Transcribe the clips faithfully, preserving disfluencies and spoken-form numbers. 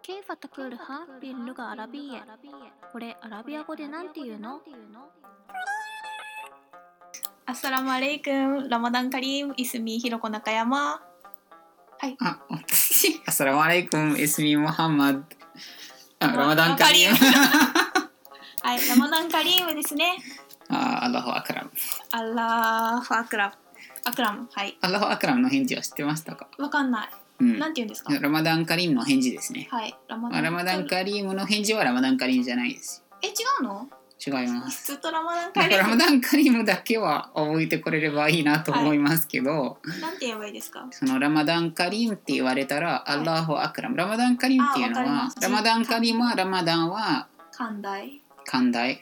كيف تقولها باللغة العربية؟ これアラビア語でなんて言うの？アッサラムアレイクン、ラマダンカリーム、イスミヒロコ中山。はい。 あ、私、アッサラムアレイクン、イスミモハンマッド。ラマダンカリーム。 はい、ラマダンカリームですね。 あ、アラホアクラム。 アラフアクラム。アクラム、はい。 アラホアクラムの返事は知ってましたか？ わかんない。 うん、 なんて言うんですか？ ラマダンカリームの返事ですね。 はい、 ラマダン、ラマダンカリームの返事はラマダンカリームじゃないです。 え、違うの？ 違います。 ずっとラマダンカリーム。 ラマダンカリームだけは覚えてくれればいいなと思いますけど、 はい、なんて言えばいいですか？ そのラマダンカリームって言われたら、はい、アッラホアクラム。ラマダンカリームっていうのは、ラマダンカリームはラマダンは寛大。 寛大。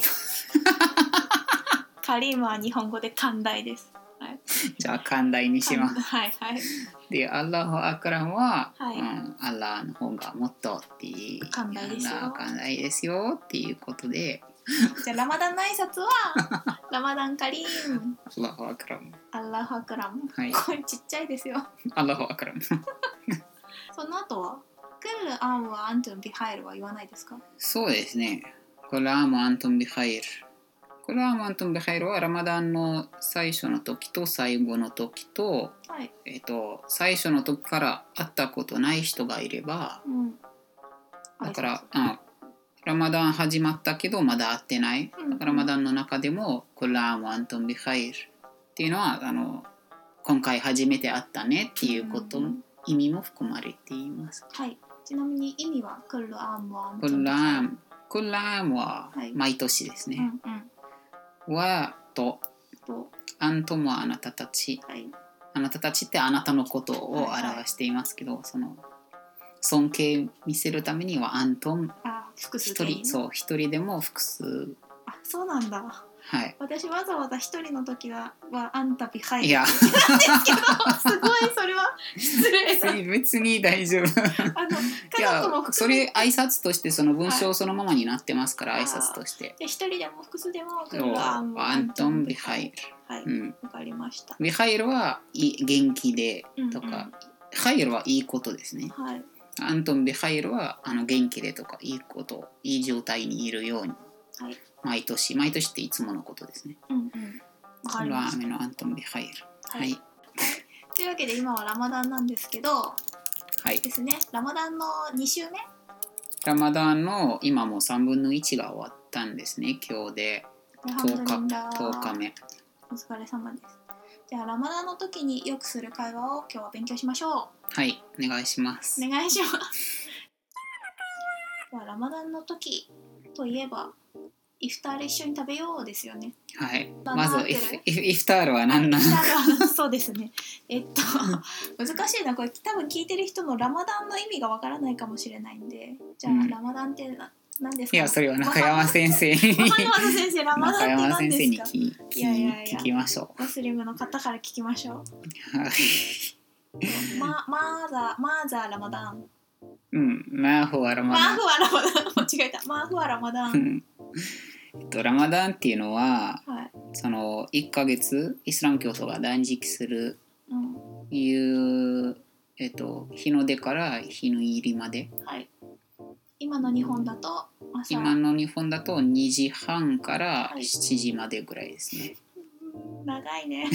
カリームは日本語で寛大です。はい、 じゃあ寛大にします。 はいはい。 で、アッラホアクラムは、 はい、 うん、アッラーの方がもっとっていう寛大ですよ。 寛大ですよっていうことで。 じゃあラマダンの挨拶はラマダンカリーム。 アッラホアクラム。 アッラホアクラム。 はい。 声ちっちゃいですよ。 アッラホアクラム。 その後はクルアンはアントンビハイルは言わないですか？ そうですね。クルアンはアントンビハイル。クルアンはアントンビハイルはラマダンの最初の時と最後の時と、 はい、 えっと最初の時から会ったことない人がいれば、 うん、 だからあラマダン始まったけどまだ会ってない、 うんうん、 だからラマダンの中でもクルアンはアントンビハイルっていうのはあの今回初めて会ったねっていうこと、うん、意味も含まれています。 はい。ちなみに意味はクルアンはアントクルンビハイル。 アンクルアンは毎年ですね。 はい、うんうん、はとアントもあなたたち、はい、あなたたちってあなたのことを表していますけど、はいはい、その尊敬見せるためにはアントン一人、そう一人でも複数。 あ、そうなんだ。 はい、 私わざわざ一人の時ははアンタビハイルいやなんですけどすごいそれは失礼な。 別に大丈夫。 あの家族も含めて、 それ挨拶としてその文章そのままになってますから、はい、挨拶として。 で一人でも複数でもアントンビハイル。 はい、うん、わかりました。 ビハイルはい元気でとか、うんうん、ハイルはいいことですね。 はい、アントンビハイルはあの元気でとかいいこといい状態にいるように、 はい、 毎年毎年っていつものことですね。 うんうん、 わかりました。のアントンビハイル、はい、はい、 というわけで今はラマダンなんですけど、はいですね、ラマダンのに週目、 ラマダンの今もうさんぶんのいちが終わったんですね。今日でとおか、とおかめ。 お疲れ様です。じゃあラマダンの時によくする会話を今日は勉強しましょう。 はい、お願いします。 お願いしますではラマダンの時といえばイフタール一緒に食べようですよね。 はい。まずイフ、イフタールは何なのか。そうですね。えっと難しいなこれ。多分聞いてる人のラマダンの意味がわからないかもしれないんで、じゃあ、うん、ラマダンって何ですか？ いやそれは中山先生に中山先生ラマダンって何ですか？中山先生に聞き、いやいやいや聞きましょう。 ムスリムの方から聞きましょう。はい。まマーザーマーザーラマダン。 うん。マーフはラマダン。 マーフはラマダン。間違えた。マーフはラマダン。 えっと、ラマダンっていうのは、 はい、 そのいっかげつイスラム教徒が断食するいう、うん、えっと、日の出から日の入りまで、 はい、今の日本だと朝今の日本だとにじはんからしちじまでぐらいですね、 はい、長いね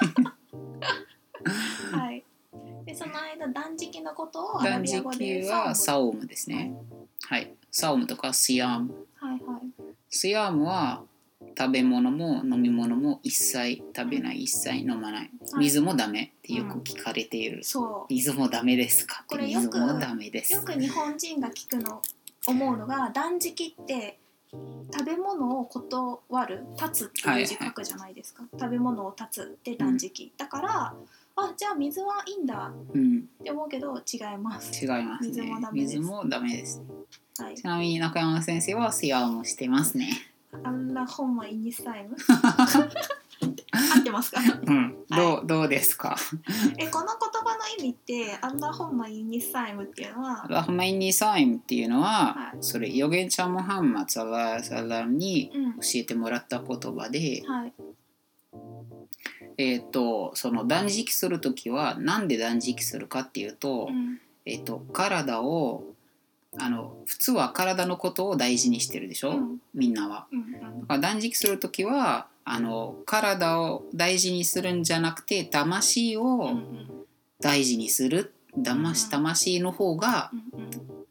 はい。でその間断食のことをアラビア語で断食はサオムですね、はい、はい、サオムとかシヤーム、 はいはい、 シヤームは食べ物も飲み物も一切食べない、一切飲まない、水もダメってよく聞かれている、うん、 そう水もダメですかって。 これよく水もダメです。 よく日本人が聞くの思うのが、断食って食べ物を断る、断つっていう字書くじゃないですか、はいはい、食べ物を断つって断食、うん、だからあじゃあ水はいいんだって思うけど、違います。 違いますね。 水もダメです。 水もダメです、 はい、 ちなみに中山先生はシヤーもしてますね。 アンラホンマイニスタイム合ってますか？ うん、どう、はい、どうですか？ えこの言葉の意味ってアンラホンマイニスタイムっていうのは、 アラホンマイニスタイムっていうのは、はい、それ預言者ムハンマドサラーサラに教えてもらった言葉で、うん、はい、えっとその断食するときはなんで断食するかっていうと、うん、えっと体をあの普通は体のことを大事にしてるでしょ、うん、みんなは、うんうん、だから断食するときはあの体を大事にするんじゃなくて魂を大事にする、うんうん、魂の方が、うんうん、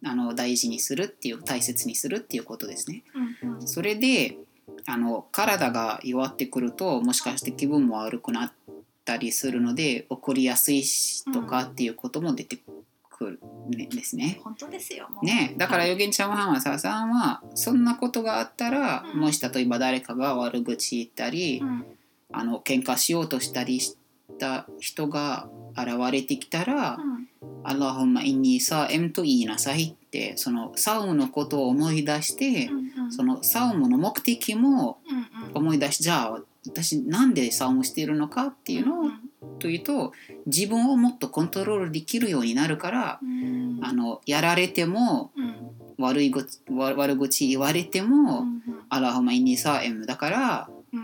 あの大事にするっていう大切にするっていうことですね、うんうん、それであの体が弱ってくるともしかして気分も悪くなったりするので怒りやすいとかっていうことも出てくるんですね。 本当ですよもうね、だからヨゲンチャムハンマサさんはそんなことがあったら、うん、もし例えば誰かが悪口言ったり、うん、あの喧嘩しようとしたりした人が現れてきたら、うん、アラホンマインニーサーエムと言いなさいってそのサウムのことを思い出して、うんうん、そのサウムの目的も思い出し、じゃあ私なんでサウムしているのかっていうのを、うんうん、というと自分をもっとコントロールできるようになるから、うん、あのやられても、うん、悪いご悪口言われても、うんうん、アラホマインニーサーエムだから、うんうん、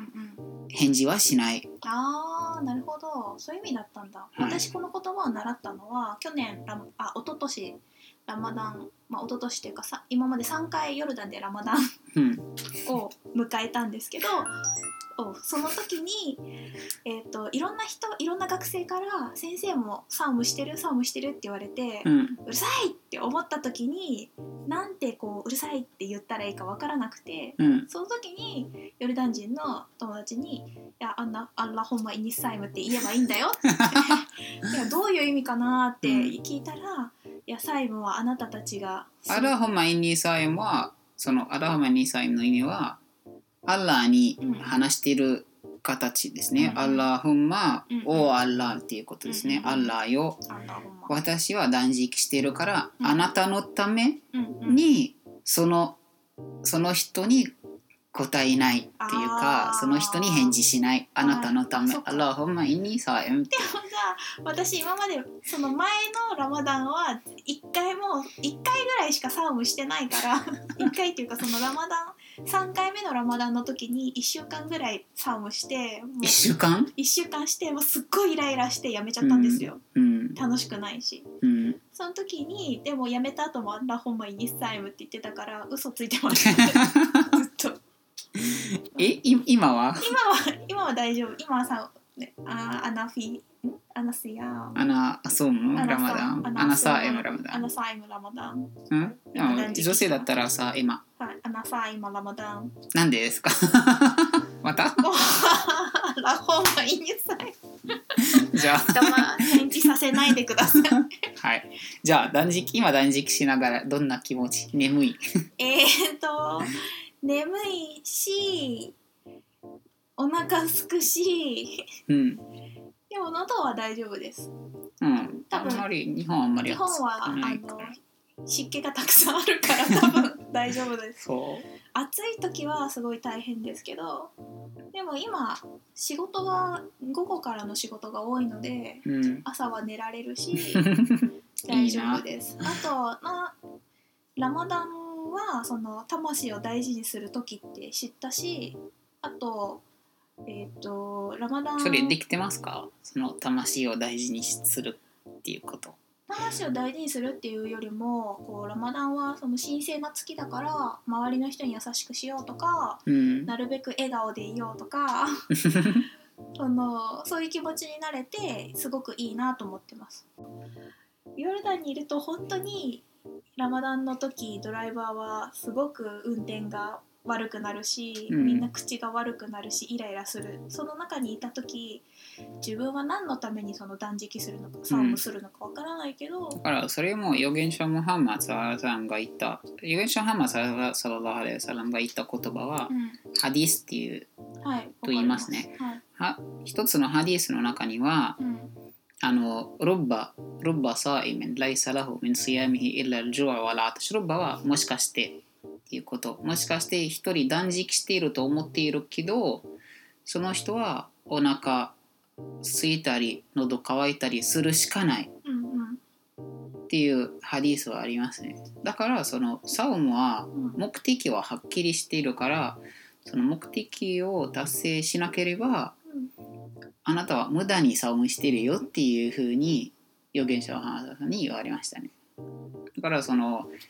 返事はしない。 あーなるほどそういう意味だったんだ、はい、私この言葉を習ったのは去年ラあ一昨年ラマダン、まあ、一昨年というかさ今までさんかいヨルダンでラマダン、うん、を迎えたんですけどその時に、えーと、いろんな人いろんな学生から先生もサウムしてるサウムしてるって言われて、うん、うるさいって思った時になんてこううるさいって言ったらいいか分からなくて、うん、その時にヨルダン人の友達にいやあんなアンラホンマイニスサイムって言えばいいんだよっていやどういう意味かなって聞いたら、うん、いやサイムはあなたたちがアラホンマイニサイムはそのアラホンマイニサイムの意味はアッラーに話している形ですね、うん、アッラーフンマ、うん、オーアッラーっていうことですね、うん、アッラーよ私は断食しているから、うん、あなたのためにその、その人に答えないっていうかその人に返事しないあなたのためアッラーフンマイニサイムでもさ私今までその前のラマダンはいっかいもいっかいぐらいしかサウムしてないからいっかいっていうかそのラマダンさんかいめのラマダンの時にいっしゅうかんぐらいサウムしてもういっしゅうかん ?いっしゅうかんしてもうすっごいイライラしてやめちゃったんですよ、うん、楽しくないし、うん、その時にでもやめた後もアッラホンマイニサイムって言ってたから嘘ついてましたずっとえい今は今は今は大丈夫今はさ、ね、あアナフィアナスヤアナアソムラマダンアナサイムラマダンアナサイムラマダンうん女性だったらさ今はいアナサイムラマダンなんでですかまたラホンマイニサイじゃあ返事させないでくださいはいじゃあ断食今断食しながらどんな気持ち眠いえーっと眠いしお腹すくし、うん、でも喉は大丈夫です、 うん、多分あんまり日本はあんまり日本はあの湿気がたくさんあるから多分大丈夫ですそう暑い時はすごい大変ですけどでも今仕事が午後からの仕事が多いので、うん、朝は寝られるし大丈夫ですいいなあと、まあ、ラマダンはその魂を大事にする時って知ったしあとえっ、ー、とラマダンそれできてますかその魂を大事にするっていうこと魂を大事にするっていうよりもこうラマダンはその神聖な月だから周りの人に優しくしようとか、うん、なるべく笑顔でいようとかそのそういう気持ちになれてすごくいいなと思ってますヨルダンにいると本当にラマダンの時ドライバーはすごく運転が悪くなるし、みんな口が悪くなるしイライラするその中にいた時自分は何のためにその断食するのかサウムするのかわからないけど、 うん、だからそれも預言者ムハンマドさんが言った預言者ムハンマドサララハレサランが言った言葉は、うん、ハディスっていう、はい、と言いますね、はい、は一つのハディスの中には、うんあのロッバロッバサイメンライサラホミンスヤミヒイラルジュアワラタシロッバはもしかしてっていうこともしかして一人断食していると思っているけどその人はお腹空いたり喉乾いたりするしかないっていうハディースはありますねだからそのサウムは目的ははっきりしているからその目的を達成しなければあなたは無駄にサウムしてるよっていうふうに預言者は花田さんに言われましたね。だからその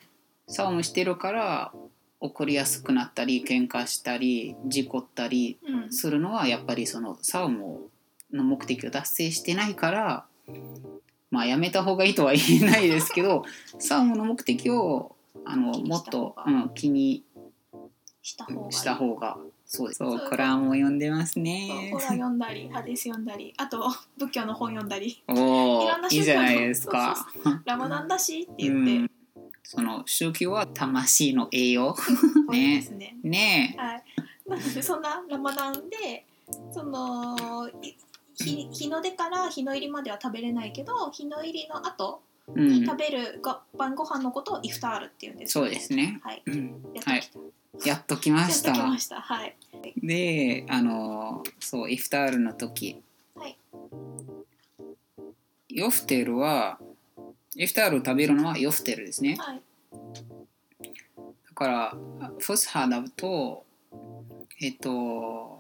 サウムしてるから起こりやすくなったり喧嘩したり事故ったりするのはやっぱりそのサウムの目的を達成してないから、まあやめた方がいいとは言えないですけどサウムの目的をあのもっと、うん、気にした方がいい。 した方がそうです。そう、コランも読んでますね。 コラン読んだりハディス読んだり、あと仏教の本読んだり。 おお、いいじゃないですか。 そうそうそうラマダンだしって言って、うん、 その宗教は魂の栄養ねですね。 ね。 はい。なのでそんなラマダンでその日, 日の出から日の入りまでは食べれないけど、日の入りの後に食べるご、うん、晩ご飯のことをイフタールっていうんです、 ね。そうですね。 はい。やっときた。はいやっと来ました。 やっと来ました。はい。 で、あのそうイフタールの時、 はい、 ヨフテルはイフタールを食べるのはヨフテルですね。 はい、 だからフスハだとえっと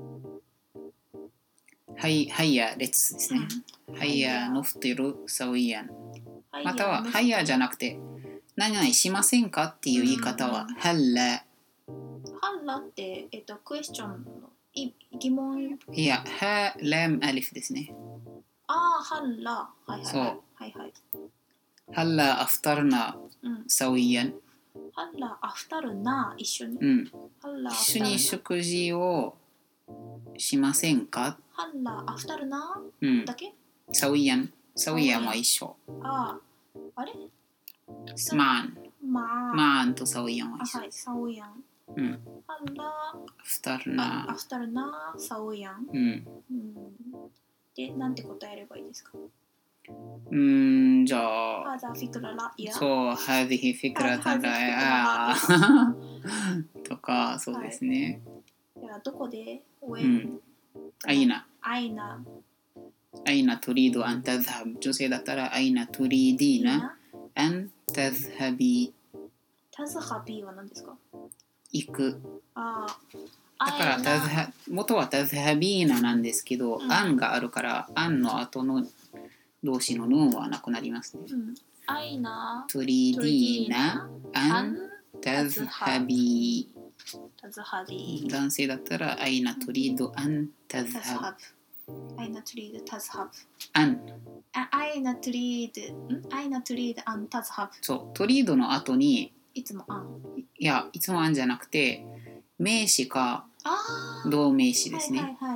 ハイハイヤ列ですね。うん、ハイヤノフテルサウイヤン。またはハイヤじゃなくて何々しませんかっていう言い方は、うん、ハッラ。 ハッラって、えっと、クエスチョンのい疑問。 いや、ハラムアリフですね。 ああ、ハッラ。はいはいはい。そうはいはい。 ハッラアフタルナ、うん、サウイヤン。 ハッラアフタルナ一緒に、 うん、ハッラ一緒に食事をしませんか。 ハッラアフタルナ、 うん、 だけサウイヤン。サウイヤンは一緒。 ああ、あれマン。 マーン。 マーンとサウイヤンは一緒。 はい、サウイヤン。 うん、 ハッラアフタルナアフタルナサウイヤン、 うんうん、で、なんて答えればいいですか。 うーん、じゃあハザフィクラライヤ。 そう、ハディヒフィクラタライヤとか、そうですね。 はい、じゃあどこで、 うん、アイナアイナアイナトリードアンタズハブ。女性だったらアイナトリーディーナアンタズハビ。 タズハビは何ですか。 行く。 あだからタズハ元はタズハビーナなんですけど、うん、アンがあるからアンの後の動詞のヌンはなくなりますね。 うん、アイナトリディーナアンタズハビー。 タズハビー。 男性だったらアイナトリードアンタズハブ。アイナトリードタズハブ。 アン。 アイナトリードアイナトリードアンタズハブ。 そう、トリードの後にいつもアン。 いや、いつもアンじゃなくて名詞か動名詞ですね。 はいはいはい、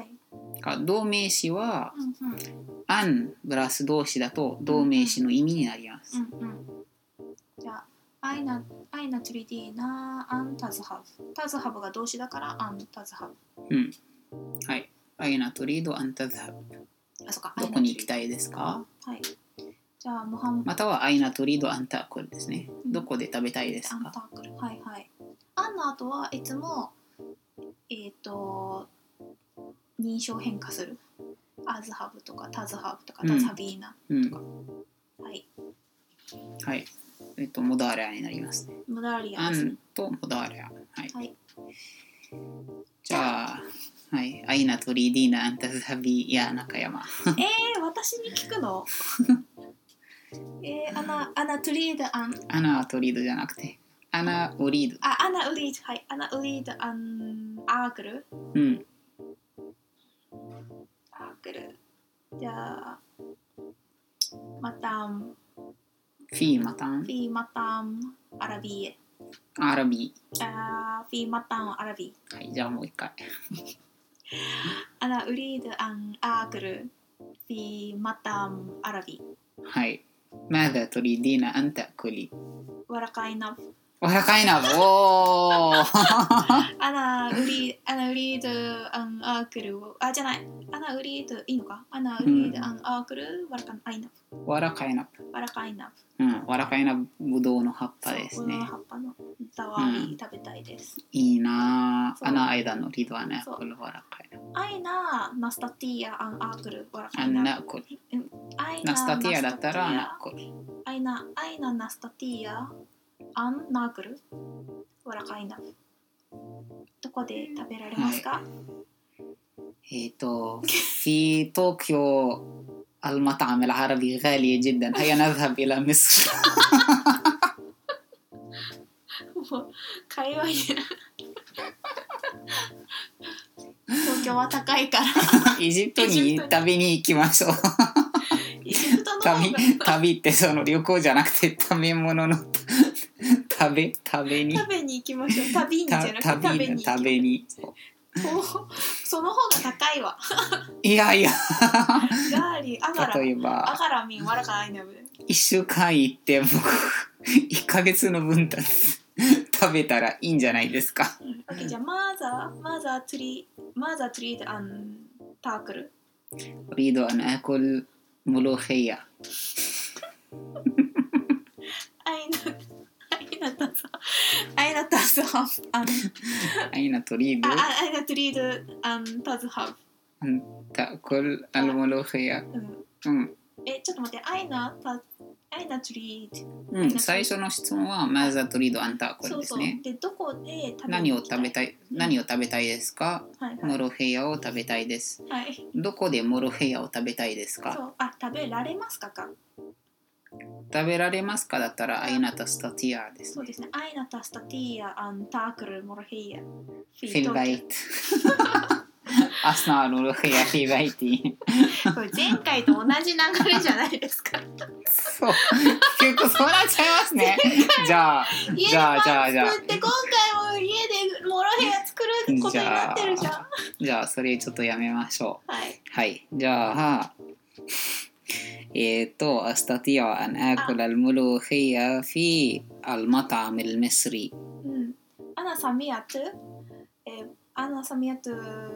動名詞は、 うんうん、 アンプラス動詞だと動名詞の意味になります。 うんうん、じゃあアイナアイナトリディーナアンタズハブ。タズハブが動詞だからアンタズハブ。 うん。はい。アイナトリドアンタズハブ。 あ、そっか。 どこに行きたいですか。 はい。じゃあムハンまたはアイナトリドアンタークルですね。どこで食べたいですか。 アンタークル。はいはい。アンの後はいつもえっ、ー、と認証変化する。アズハブとかタズハブとかタズハビーナとか、うん、はい。 はい。えっ、ー、とモダーレアになりますね。 モダーレアですね。 アンとモダーレア。はい。 はい、 じゃあ、はい。アイナトリディーナアンタズハビーや中山。 えー、私に聞くの。えー、アナアナトリードアン。 アナトリードじゃなくて。アナウリード。 あ、アナウリード、はい。アナウリードアンアークル。 うん。 アークル。じゃあ、マタン。 フィーマタン。 フィーマタンアラビエ。 アラビー。あ、フィーマタンアラビー。はい、じゃあもう一回。 アナウリードアンアークル。フィーマタンアラビー。はい。ماذا تريدين أن تأكلي؟ ورق عنب. ورق عنب. أوه. أنا أريد أنا أريد أن آكل. آه, じゃない. أنا أريد いいのか? أنا أريد أن آكل ورق عنب. ورق عنب. ورق عنب. うん、ورق عنب ぶどうの葉っぱですね。 ぶどうの葉っぱのザワーリー食べたいです。 いいな。أنا أيضا أريد أن آكل ورق عنب. أين نستطيع أن آكل ورق عنب؟ أن نأكل. نستطيع だったら نأكل. أين أين نستطيع أن نأكل ورق عنب? どこで食べられますか？はい、 えっと في طوكيو المطعم العربي غالي جدا. هيا نذهب إلى مصر. 会話に東京は高いからエジプトに旅に行きましょうエジプトの方が旅, 旅ってその旅行じゃなくて食べ物の食べ食べに食べに行きましょう。旅にじゃなくて食べに食べにそうその方が高いわいやいやガーリーアガラ例えばアガラミンわらかないなぶいっしゅうかん行ってもいっかげつの分だ食べたらいいんじゃないですか。 オッケー、じゃあマザーマザートリーマザートリードアンタークル أريد أن آكل ملوخية أين أين تذهب أين تذهب أين تريد أين تريد أن تذهب أن تأكل الملوخية うん、 うんえ、ちょっと待って、アイナタアイナトリード、 うん、最初の質問はマザトリードアンターコルですね。 そうそうで、どこで食べ何を食べたい、何を食べたいですか、 はいはい、 モロヘイヤを食べたいです、 はい、 どこでモロヘイヤを食べたいですか。 そう、あ、食べられますかか食べられますかだったらアイナタスタティアです、ね、 そうですね。アイナタスタティアアンタークルモロヘイヤフィルバイトアスナールモロヘイヤフィルバイティこれ前回と同じ流れじゃないですかそう結構そうなっちゃいますねじゃあ家でじゃあパンじゃあじゃあ作って今回も家でモロヘイヤ作ることになってるじゃん。 じゃあそれちょっとやめましょう。 はいはいじゃあえっとأستطيع أن آكل الملوخية في المطعم المصري. うん。أنا سمعت أنا سمعت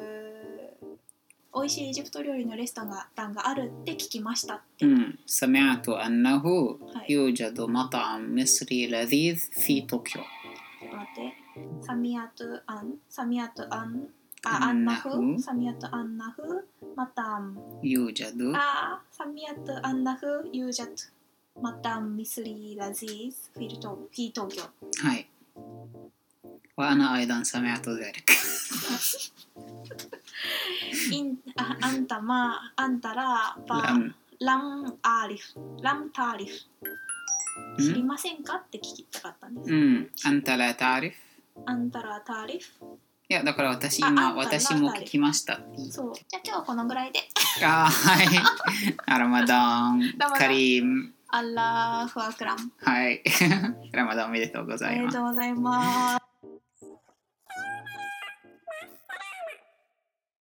美味しいエジプト料理のレストランがあるって聞きましたって。 うん。سمعت أنه يوجد مطعم مصري لذيذ في طوكيو. 待って。سمعت أن سمعت أن أنه سمعت أنه مطعم يوجد آه سمعت أنه يوجد مطعم مصري لذيذ في طوكيو. はい。وأنا أيضا سمعت ذلك. إن أنت ما أنت لا لم لم أعرف لم تعرف 知りませんかって聞きたかったんです。 うん。أنت لا تعرف أنت لا تعرف いやだから私今私も聞きましたそうじゃあ今日はこのぐらいであはいラマダンカリームアッラーフアクラムはいラマダンおめでとうございます。 ありがとうございます。